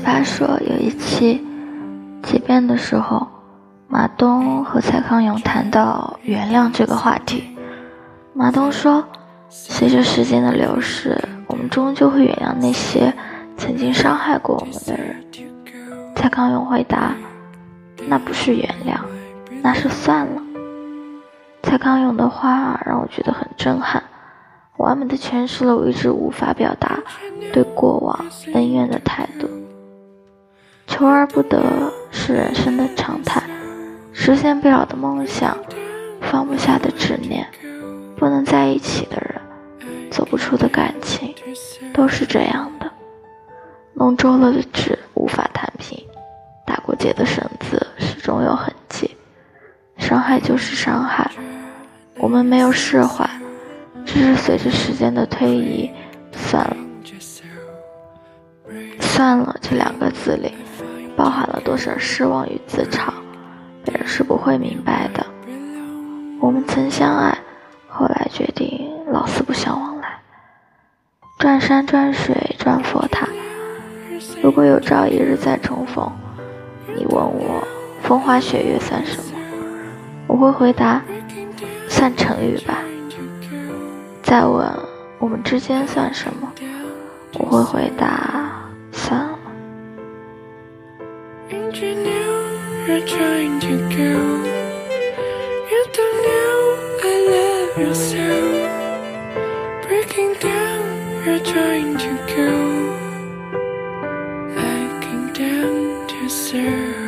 葩说有一期结辩的时候，马东和蔡康永谈到原谅这个话题。马东说，随着时间的流逝，我们终究会原谅那些曾经伤害过我们的人。蔡康永回答，那不是原谅，那是算了。蔡康永的话让我觉得很震撼，完美的诠释了我一直无法表达对过往恩怨的态度。求而不得是人生的常态，实现不了的梦想，放不下的执念，不能在一起的人，走不出的感情，都是这样的。弄皱了的纸无法弹平，打过结的绳子始终有痕迹。伤害就是伤害，我们没有释怀，只是随着时间的推移，算了。算了这两个字里包含了多少失望与自嘲，别人是不会明白的。我们曾相爱，后来决定老死不相往来。转山转水转佛塔，如果有朝一日再重逢，你问我风花雪月算什么，我会回答算成语吧。再问我们之间算什么，我会回答算了。 And you know you're trying to go. You don't know I love you so. Breaking down, you're trying to go. Backing down to serve.